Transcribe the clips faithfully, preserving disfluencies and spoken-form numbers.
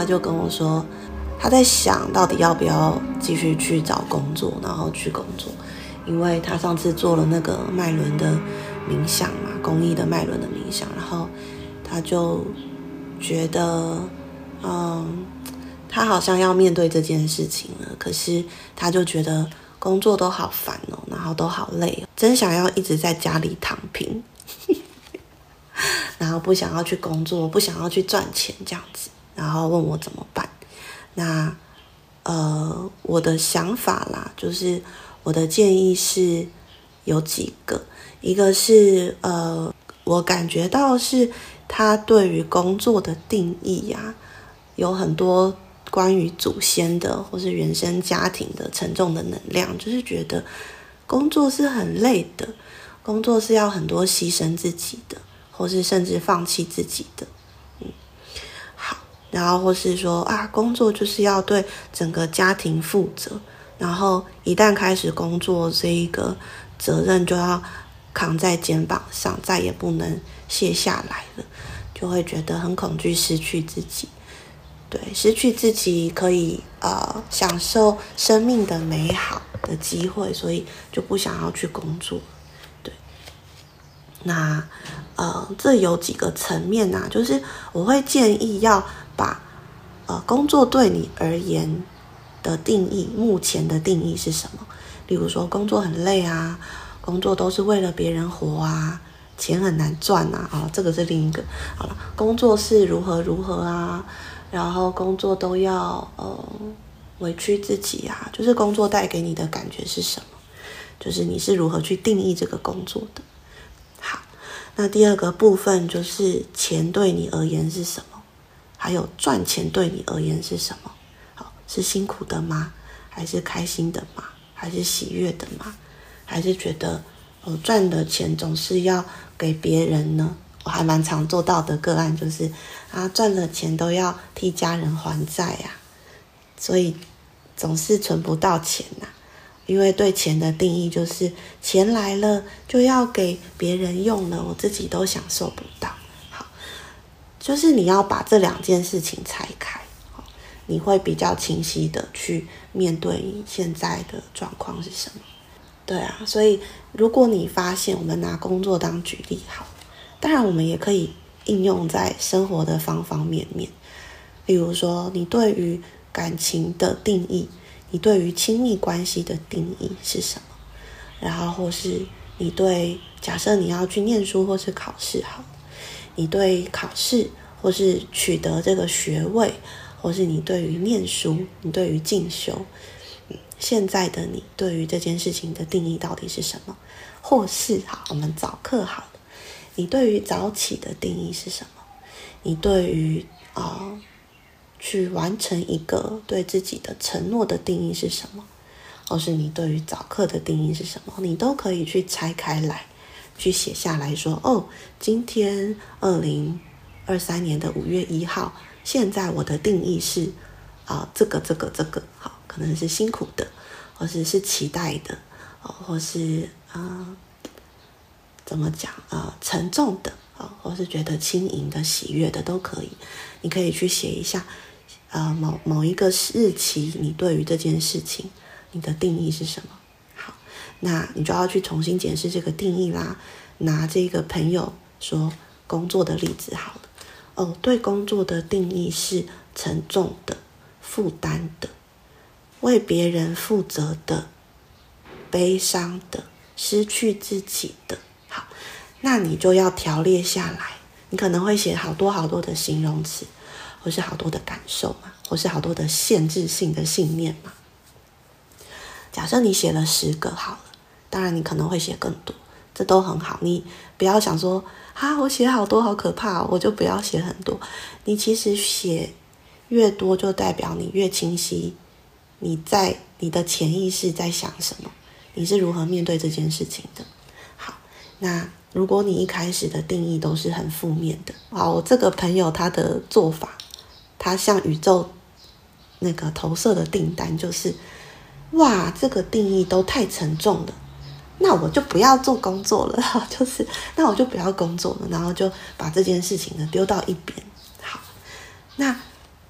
他就跟我说，他在想到底要不要继续去找工作，然后去工作，因为他上次做了那个脉轮的冥想嘛，公益的脉轮的冥想，然后他就觉得，嗯，他好像要面对这件事情了，可是他就觉得工作都好烦哦，然后都好累哦，真想要一直在家里躺平。然后不想要去工作，不想要去赚钱这样子，然后问我怎么办。那呃，我的想法啦，就是我的建议是有几个，一个是呃，我感觉到是他对于工作的定义啊，有很多关于祖先的或是原生家庭的沉重的能量，就是觉得工作是很累的，工作是要很多牺牲自己的。或是甚至放弃自己的，嗯，好，然后或是说啊，工作就是要对整个家庭负责，然后一旦开始工作，这一个责任就要扛在肩膀上，再也不能卸下来了，就会觉得很恐惧失去自己，对，失去自己可以呃享受生命的美好的机会，所以就不想要去工作。那呃，这有几个层面啊，就是我会建议要把呃工作对你而言的定义，目前的定义是什么？例如说工作很累啊，工作都是为了别人活啊，钱很难赚啊，哦，这个是另一个。好了，工作是如何如何啊，然后工作都要呃委屈自己啊，就是工作带给你的感觉是什么？就是你是如何去定义这个工作的。那第二个部分就是钱对你而言是什么，还有赚钱对你而言是什么？好，是辛苦的吗？还是开心的吗？还是喜悦的吗？还是觉得呃赚的钱总是要给别人呢？我还蛮常做到的个案就是啊，赚了钱都要替家人还债啊，所以总是存不到钱啊。因为对钱的定义就是钱来了就要给别人用了，我自己都享受不到。好，就是你要把这两件事情拆开，你会比较清晰的去面对你现在的状况是什么。对啊，所以如果你发现，我们拿工作当举例好，当然我们也可以应用在生活的方方面面。例如说，你对于感情的定义，你对于亲密关系的定义是什么？然后或是你对，假设你要去念书或是考试好，你对考试或是取得这个学位，或是你对于念书，你对于进修，嗯，现在的你对于这件事情的定义到底是什么？或是好，我们早课好了，你对于早起的定义是什么？你对于啊、呃去完成一个对自己的承诺的定义是什么？或是你对于早课的定义是什么？你都可以去拆开来，去写下来说，哦，今天二零二三年的五月一号，现在我的定义是啊、呃，这个这个这个，好，可能是辛苦的，或是是期待的，哦、或是啊、呃，怎么讲啊、呃，沉重的，哦，或是觉得轻盈的、喜悦的都可以。你可以去写一下。呃，某某一个日期，你对于这件事情，你的定义是什么？好，那你就要去重新检视这个定义啦。拿这个朋友说工作的例子好了，哦，对工作的定义是沉重的、负担的、为别人负责的、悲伤的、失去自己的。好，那你就要条列下来，你可能会写好多好多的形容词。或是好多的感受嘛，或是好多的限制性的信念嘛。假设你写了十个好了，当然你可能会写更多，这都很好。你不要想说啊，我写好多好可怕哦，我就不要写很多。你其实写越多，就代表你越清晰，你在你的潜意识在想什么，你是如何面对这件事情的。好，那如果你一开始的定义都是很负面的，啊，我这个朋友他的做法。他向宇宙那个投射的订单就是，哇，这个定义都太沉重了，那我就不要做工作了，就是那我就不要工作了，然后就把这件事情呢丢到一边。好，那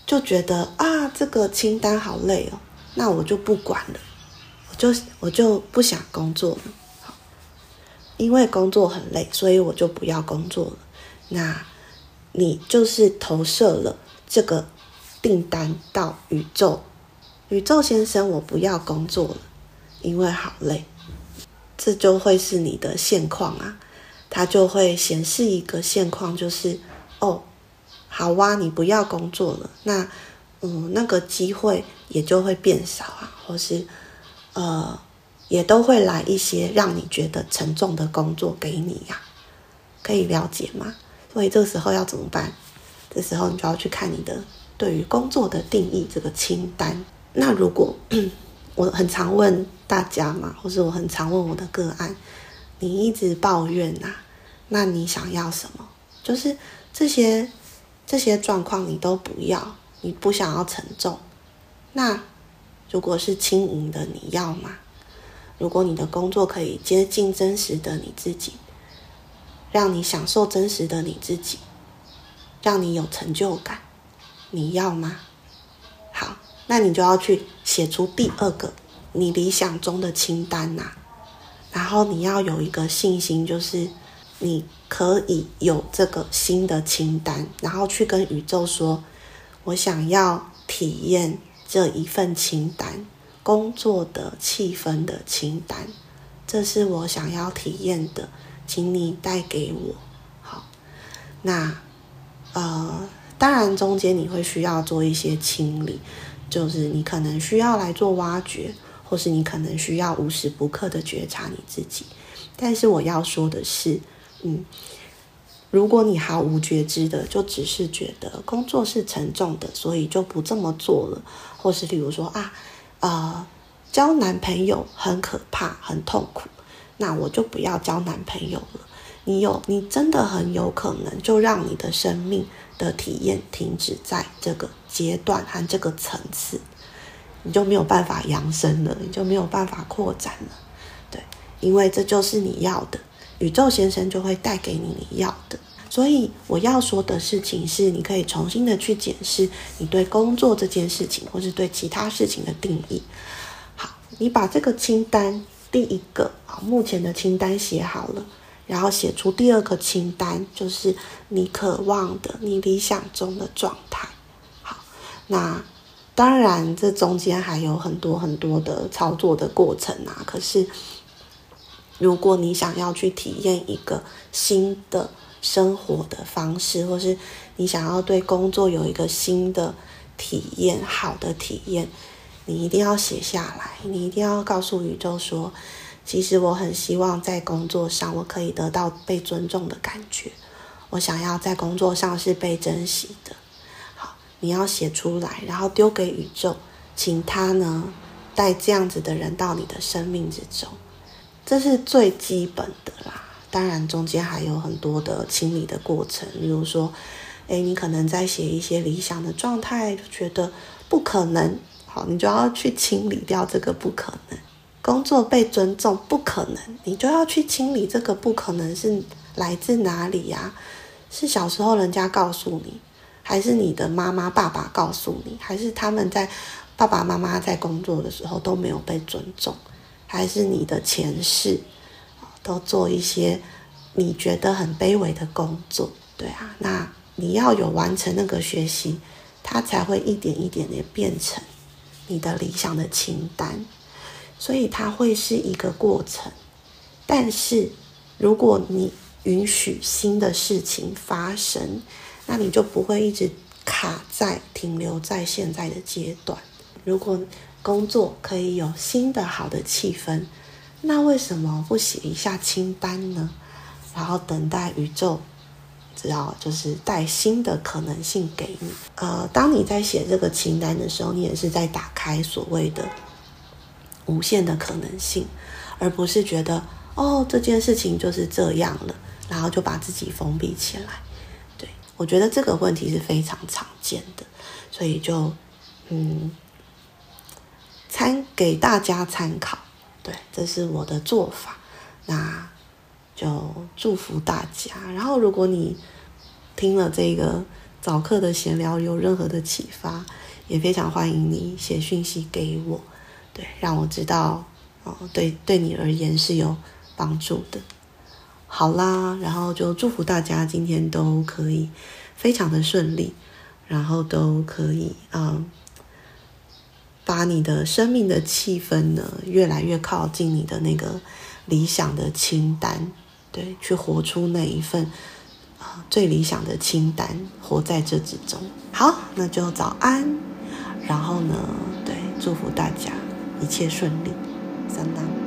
就觉得啊，这个清单好累哦，那我就不管了，我就我就不想工作了。好，因为工作很累，所以我就不要工作了。那你就是投射了这个订单到宇宙，宇宙先生，我不要工作了，因为好累。这就会是你的现况啊，它就会显示一个现况，就是哦，好啊，你不要工作了，那嗯，那个机会也就会变少啊，或是呃，也都会来一些让你觉得沉重的工作给你呀、啊，可以了解吗？所以这时候要怎么办？这时候你就要去看你的对于工作的定义这个清单。那如果我很常问大家嘛，或是我很常问我的个案，你一直抱怨啊，那你想要什么？就是这些这些状况你都不要，你不想要沉重。那如果是轻盈的，你要吗？如果你的工作可以接近真实的你自己，让你享受真实的你自己，让你有成就感，你要吗？好，那你就要去写出第二个你理想中的清单啊，然后你要有一个信心，就是你可以有这个新的清单，然后去跟宇宙说，我想要体验这一份清单，工作的气氛的清单，这是我想要体验的，请你带给我。好，那呃，当然中间你会需要做一些清理，就是你可能需要来做挖掘，或是你可能需要无时不刻的觉察你自己。但是我要说的是，嗯，如果你毫无觉知的，就只是觉得工作是沉重的，所以就不这么做了，或是例如说啊，呃，交男朋友很可怕，很痛苦，那我就不要交男朋友了。你有，你真的很有可能就让你的生命的体验停止在这个阶段和这个层次，你就没有办法扬升了，你就没有办法扩展了。对，因为这就是你要的，宇宙先生就会带给你你要的。所以我要说的事情是，你可以重新的去检视你对工作这件事情，或是对其他事情的定义。好，你把这个清单第一个好，目前的清单写好了，然后写出第二个清单，就是你渴望的、你理想中的状态。好，那当然这中间还有很多很多的操作的过程啊。可是如果你想要去体验一个新的生活的方式，或是你想要对工作有一个新的体验、好的体验，你一定要写下来，你一定要告诉宇宙说，其实我很希望在工作上我可以得到被尊重的感觉，我想要在工作上是被珍惜的。好，你要写出来，然后丢给宇宙，请他呢带这样子的人到你的生命之中，这是最基本的啦。当然中间还有很多的清理的过程，比如说诶，你可能在写一些理想的状态，就觉得不可能，好，你就要去清理掉这个不可能。工作被尊重不可能，你就要去清理这个不可能是来自哪里呀、啊？是小时候人家告诉你，还是你的妈妈爸爸告诉你，还是他们在爸爸妈妈在工作的时候都没有被尊重，还是你的前世都做一些你觉得很卑微的工作？对啊，那你要有完成那个学习，它才会一点一点的变成你的理想的清单。所以它会是一个过程，但是如果你允许新的事情发生，那你就不会一直卡在停留在现在的阶段。如果工作可以有新的好的气氛，那为什么不写一下清单呢？然后等待宇宙只要就是带新的可能性给你。呃，当你在写这个清单的时候，你也是在打开所谓的无限的可能性，而不是觉得哦这件事情就是这样了，然后就把自己封闭起来。对，我觉得这个问题是非常常见的，所以就嗯参给大家参考。对，这是我的做法，那就祝福大家。然后如果你听了这个早课的闲聊有任何的启发，也非常欢迎你写讯息给我，对，让我知道，哦，对，对你而言是有帮助的。好啦，然后就祝福大家今天都可以非常的顺利，然后都可以嗯，把你的生命的气氛呢越来越靠近你的那个理想的清单，对，去活出那一份呃最理想的清单，活在这之中。好，那就早安，然后呢，对，祝福大家一切顺利，三郎。